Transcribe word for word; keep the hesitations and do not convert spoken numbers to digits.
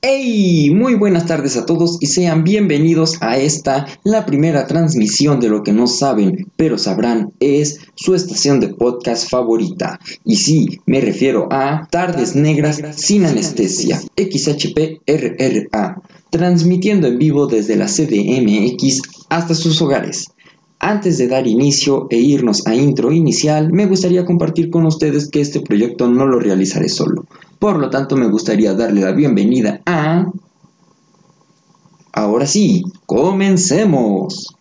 ¡Hey! Muy buenas tardes a todos y sean bienvenidos a esta, la primera transmisión de lo que no saben, pero sabrán, es su estación de podcast favorita. Y sí, me refiero a Tardes Negras sin Anestesia, X H P R R A, transmitiendo en vivo desde la C D M X hasta sus hogares. Antes de dar inicio e irnos a intro inicial, me gustaría compartir con ustedes que este proyecto no lo realizaré solo. Por lo tanto, me gustaría darle la bienvenida a... Ahora sí, comencemos.